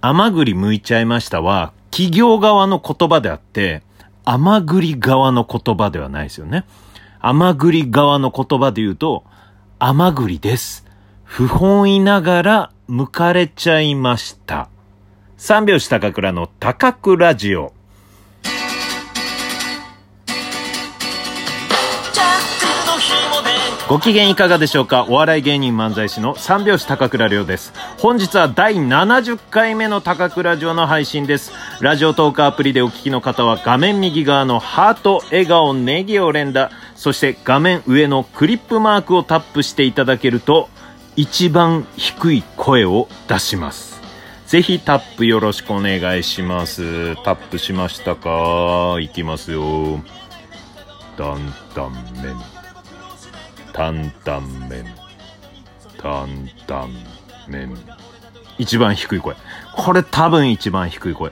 甘栗剥いちゃいましたは、企業側の言葉であって、甘栗側の言葉ではないですよね。甘栗側の言葉で言うと、甘栗です。不本意ながら剥かれちゃいました。三拍子高倉の高倉ラジオ。ご機嫌いかがでしょうか。お笑い芸人漫才師の三拍子高倉涼です。本日は第70回目の高倉ラジオの配信です。ラジオトークアプリでお聞きの方は画面右側のハート、笑顔、ネギを連打、そして画面上のクリップマークをタップしていただけると一番低い声を出します。ぜひタップよろしくお願いします。タップしましたか。いきますよ。担々麺、担々麺、担々麺。一番低い声。これ多分一番低い声。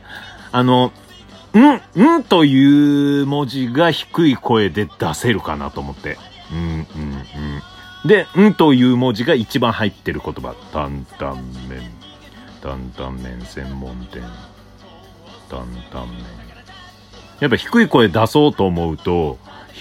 という文字が低い声で出せるかなと思って。で、という文字が一番入ってる言葉。担々麺、担々麺専門店、担々麺。やっぱ低い声出そうと思うと、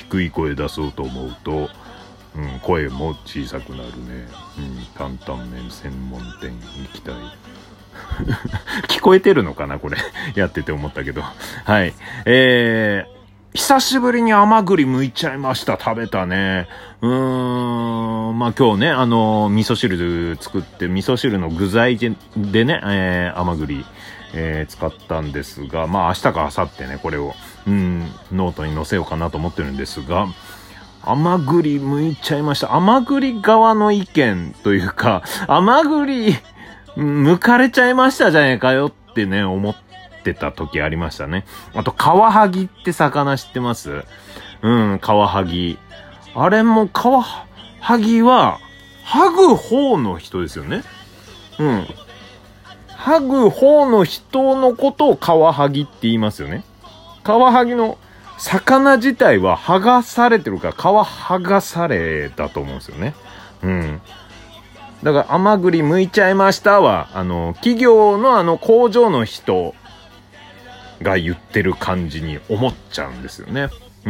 声も小さくなるね。担々麺専門店行きたい。聞こえてるのかなこれ。やってて思ったけど。はい。久しぶりに甘栗剥いちゃいました。食べたね。まあ今日ね、味噌汁作って、味噌汁の具材でね、甘栗、使ったんですが、まあ明日か明後日ね、これを、ノートに載せようかなと思ってるんですが、甘栗剥いちゃいました。甘栗側の意見というか、甘栗剥かれちゃいましたじゃねえかよってね、思ってた時ありましたね。あと、カワハギって魚知ってます？カワハギ。あれもカワハギは、剥ぐ方の人ですよね。剥ぐ方の人のことをカワハギって言いますよね。カワハギの魚自体は剥がされてるから、皮剥がされだと思うんですよね。だから甘栗剥いちゃいましたは、企業の工場の人が言ってる感じに思っちゃうんですよね。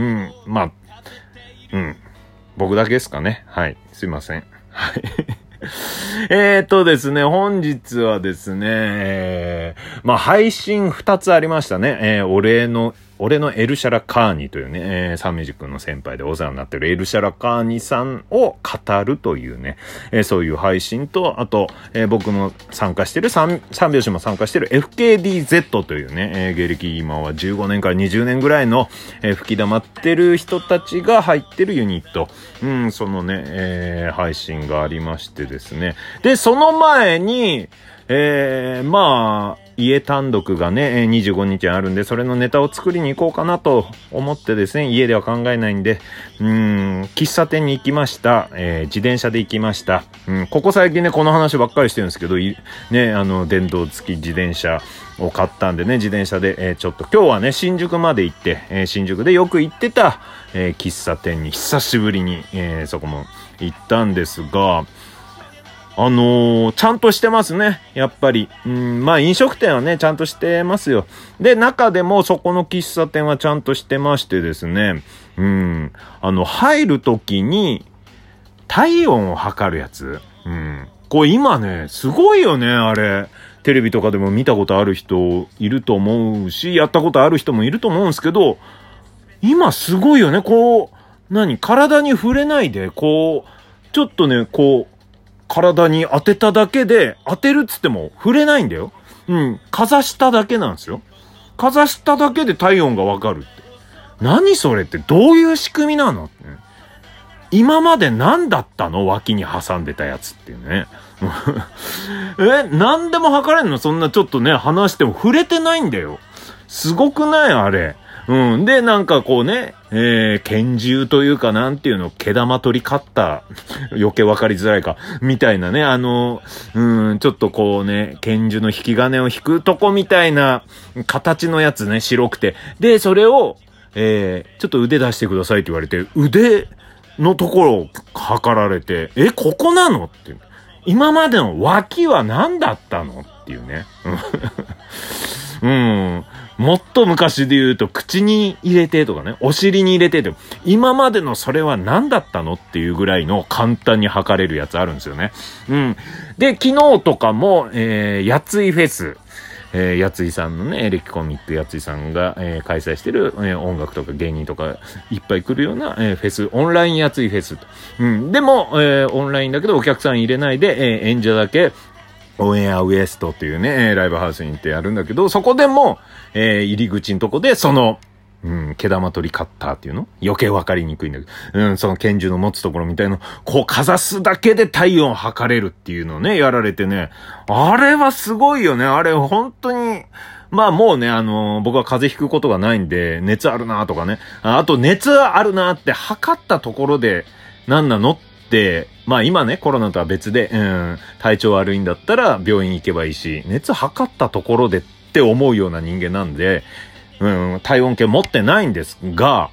僕だけですかね。はい。すいません。はい。ですね、本日はですね、配信2つありましたね。俺のエルシャラカーニというね、サンミュージックの先輩でお世話になってるエルシャラカーニさんを語るというね、そういう配信と、あと、僕も参加してる、三拍子も参加してる FKDZ というね、芸歴今は15年から20年ぐらいの、吹き溜まってる人たちが入ってるユニット。そのね、配信がありましてですね。で、その前に、家単独がね、25日にあるんで、それのネタを作りに行こうかなと思ってですね、家では考えないんで、喫茶店に行きました。自転車で行きました。ここ最近ね、この話ばっかりしてるんですけど、ね、電動付き自転車を買ったんでね、自転車で、ちょっと今日はね、新宿まで行って、新宿でよく行ってた、喫茶店に久しぶりに、そこも行ったんですが、ちゃんとしてますね。やっぱり。飲食店はね、ちゃんとしてますよ。で、中でもそこの喫茶店はちゃんとしてましてですね。入るときに、体温を測るやつ。これ今ね、すごいよね、あれ。テレビとかでも見たことある人いると思うし、やったことある人もいると思うんですけど、今すごいよね、体に触れないで、ちょっとね、体に当てただけで、当てるっつっても触れないんだよ。かざしただけなんですよ。かざしただけで体温がわかるって。何それってどういう仕組みなのって、今まで何だったの脇に挟んでたやつっていうね。何でも測れんのそんなちょっとね、話しても触れてないんだよ。すごくないあれ。で、拳銃というかなんていうの、毛玉取りカッター。余計わかりづらいか。みたいなね、ちょっと拳銃の引き金を引くとこみたいな形のやつね、白くて。で、それを、ちょっと腕出してくださいって言われて、腕のところを測られて、ここなのって。 今までの脇は何だったのっていうね。うん。もっと昔で言うと口に入れてとかね、お尻に入れてと、今までのそれは何だったのっていうぐらいの簡単に測れるやつあるんですよね。うん。で、昨日とかも、やついフェス。やついさんのね、エレキコミックやついさんが、開催してる、音楽とか芸人とかいっぱい来るような、フェス、オンラインやついフェスと。うん。でも、オンラインだけどお客さん入れないで、演者だけ、オンエアウエストっていうね、ライブハウスに行ってやるんだけど、そこでも、入り口のとこで、その、毛玉取りカッターっていうの余計わかりにくいんだけど、その拳銃の持つところみたいの、こうかざすだけで体温を測れるっていうのをね、やられてね、あれはすごいよね。あれ本当に、まあもうね、僕は風邪ひくことがないんで、熱あるなとかね、あと熱あるなって測ったところで、何なのってまあ今ね、コロナとは別で、体調悪いんだったら病院行けばいいし、熱測ったところでって思うような人間なんで、体温計持ってないんですが、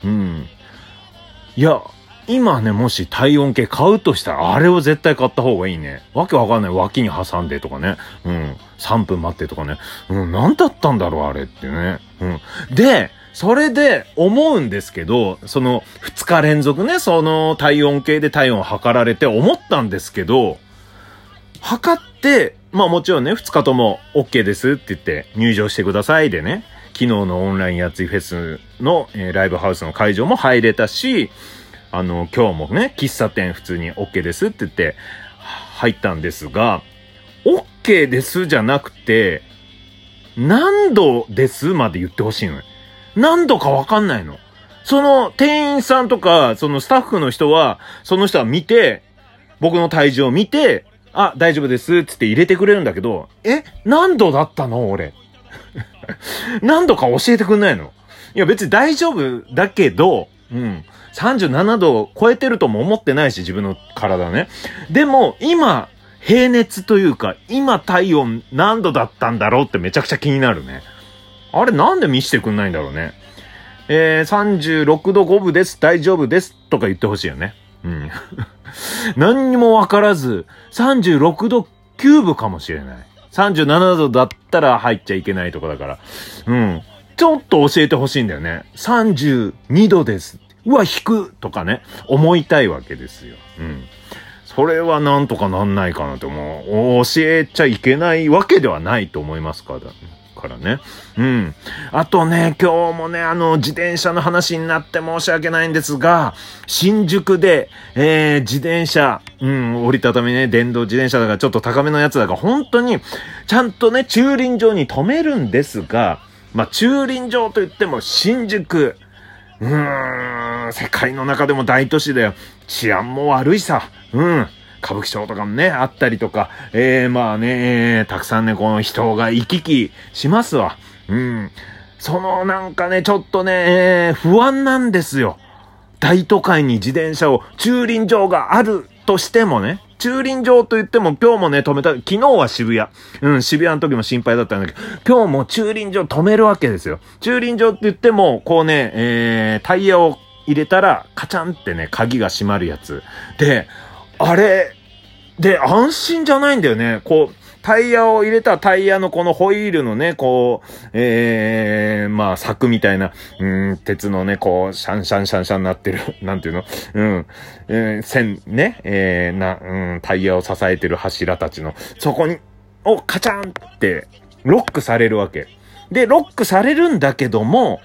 いや、今ね、もし体温計買うとしたら、あれを絶対買った方がいいね。わけわかんない。脇に挟んでとかね。3分待ってとかね。何だったんだろう、あれってね。で、それで思うんですけど、その2日連続ね、その体温計で体温を測られて思ったんですけど、測って、まあもちろんね、2日とも OK ですって言って入場してくださいでね、昨日のオンラインやついフェスの、ライブハウスの会場も入れたし、今日もね、喫茶店普通に OK ですって言って入ったんですが、OK ですじゃなくて、何度ですまで言ってほしいのよ。何度かわかんないの。その店員さんとか、そのスタッフの人は、その人は見て、僕の体重を見て、あ、大丈夫ですってって入れてくれるんだけど、何度だったの俺。何度か教えてくんないの。いや別に大丈夫だけど、37度を超えてるとも思ってないし、自分の体ね。でも、今、平熱というか、今体温何度だったんだろうってめちゃくちゃ気になるね。あれなんで見してくんないんだろうね。36度5分です、大丈夫です、とか言ってほしいよね。何にもわからず、36度9分かもしれない。37度だったら入っちゃいけないとこだから。ちょっと教えてほしいんだよね。32度です。うわ、引くとかね、思いたいわけですよ。それはなんとかなんないかなって、もう、教えちゃいけないわけではないと思いますからね。あとね、今日もね、自転車の話になって申し訳ないんですが、新宿で、自転車、折りたたみね、電動自転車だからちょっと高めのやつだから本当に、ちゃんとね、駐輪場に止めるんですが、まあ、駐輪場といっても新宿、世界の中でも大都市だよ。治安も悪いさ。歌舞伎町とかもね、あったりとか、まあね、たくさんね、この人が行き来しますわ。そのなんかね、ちょっとね、不安なんですよ。大都会に自転車を、駐輪場があるとしてもね、駐輪場と言っても今日もね、止めた、昨日は渋谷。渋谷の時も心配だったんだけど、今日も駐輪場止めるわけですよ。駐輪場って言っても、こうね、タイヤを入れたら、カチャンってね、鍵が閉まるやつ。で、あれ、で、安心じゃないんだよね。こう、タイヤを入れたタイヤのこのホイールのね、こう、まあ、柵みたいな、鉄のね、こう、シャンシャンシャンシャンなってる、なんていうの線ね、タイヤを支えてる柱たちの、そこに、カチャンって、ロックされるわけ。で、ロックされるんだけども、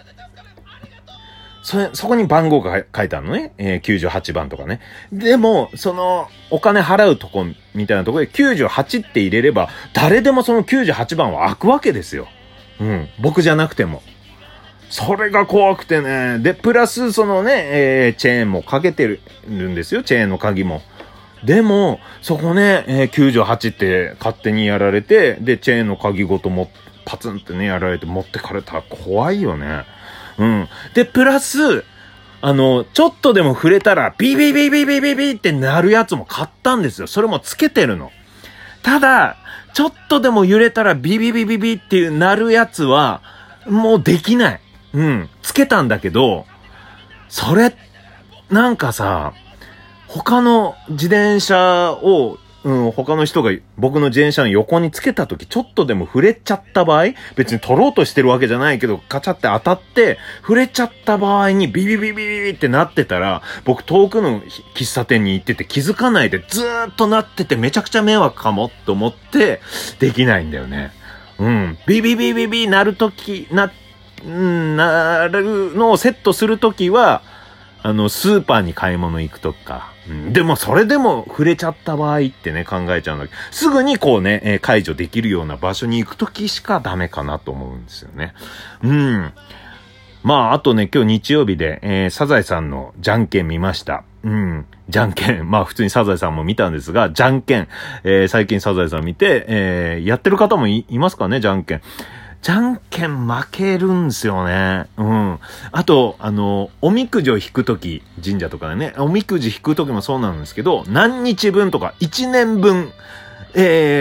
そこに番号が書いてあるのね。98番とかね。でも、その、お金払うとこみたいなところで98って入れれば、誰でもその98番は開くわけですよ。僕じゃなくても。それが怖くてね。で、プラスそのね、チェーンもかけてるんですよ。チェーンの鍵も。でも、そこね、98って勝手にやられて、で、チェーンの鍵ごともパツンってね、やられて持ってかれたら怖いよね。で、プラス、ちょっとでも触れたら、ビビビビビビビってなるやつも買ったんですよ。それもつけてるの。ただ、ちょっとでも揺れたらビビビビビっていうなるやつは、もうできない。つけたんだけど、それ、なんかさ、他の自転車を他の人が僕の自転車の横につけた時、ちょっとでも触れちゃった場合、別に取ろうとしてるわけじゃないけど、カチャって当たって、触れちゃった場合にビビビビビビってなってたら、僕遠くの喫茶店に行ってて気づかないでずーっとなっててめちゃくちゃ迷惑かもと思って、できないんだよね。ビビビビビなるとき、なるのをセットするときは、スーパーに買い物行くとか。でもそれでも触れちゃった場合ってね、考えちゃうんだけど、すぐにこうね、解除できるような場所に行くときしかダメかなと思うんですよね。まあ、あとね、今日日曜日で、サザエさんのじゃんけん見ました。じゃんけん。まあ普通にサザエさんも見たんですが、じゃんけん。最近サザエさん見て、やってる方もいますかね、じゃんけん。じゃんけん負けるんですよね。あと、おみくじを引くとき、神社とかでね、おみくじ引くときもそうなんですけど、何日分とか1年分、ここ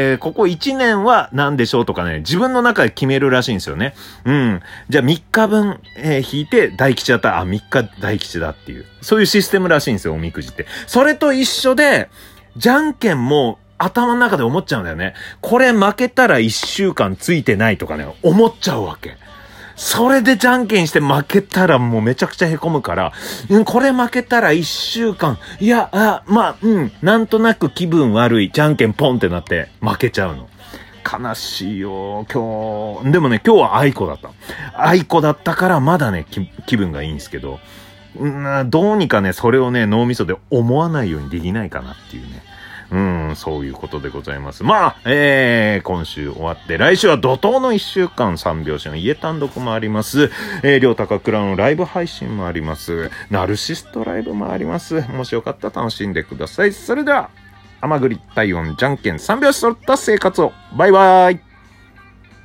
1年は何でしょうとかね、自分の中で決めるらしいんですよね。じゃあ3日分、引いて大吉だったら、3日大吉だっていう。そういうシステムらしいんですよ、おみくじって。それと一緒で、じゃんけんも頭の中で思っちゃうんだよね。これ負けたら1週間ついてないとかね、思っちゃうわけ。それでじゃんけんして負けたらもうめちゃくちゃ凹むから、これ負けたら1週間、いや、なんとなく気分悪い、じゃんけんポンってなって負けちゃうの。悲しいよ、今日。でもね、今日は愛子だった。愛子だったからまだね、気分がいいんですけど、どうにかね、それをね、脳みそで思わないようにできないかなっていうね。そういうことでございます。まあ、今週終わって、来週は怒涛の1週間3拍子の家単独もあります。両高倉のライブ配信もあります。ナルシストライブもあります。もしよかったら楽しんでください。それでは、甘栗、体温、じゃんけん3拍子揃った生活を。バイバーイ。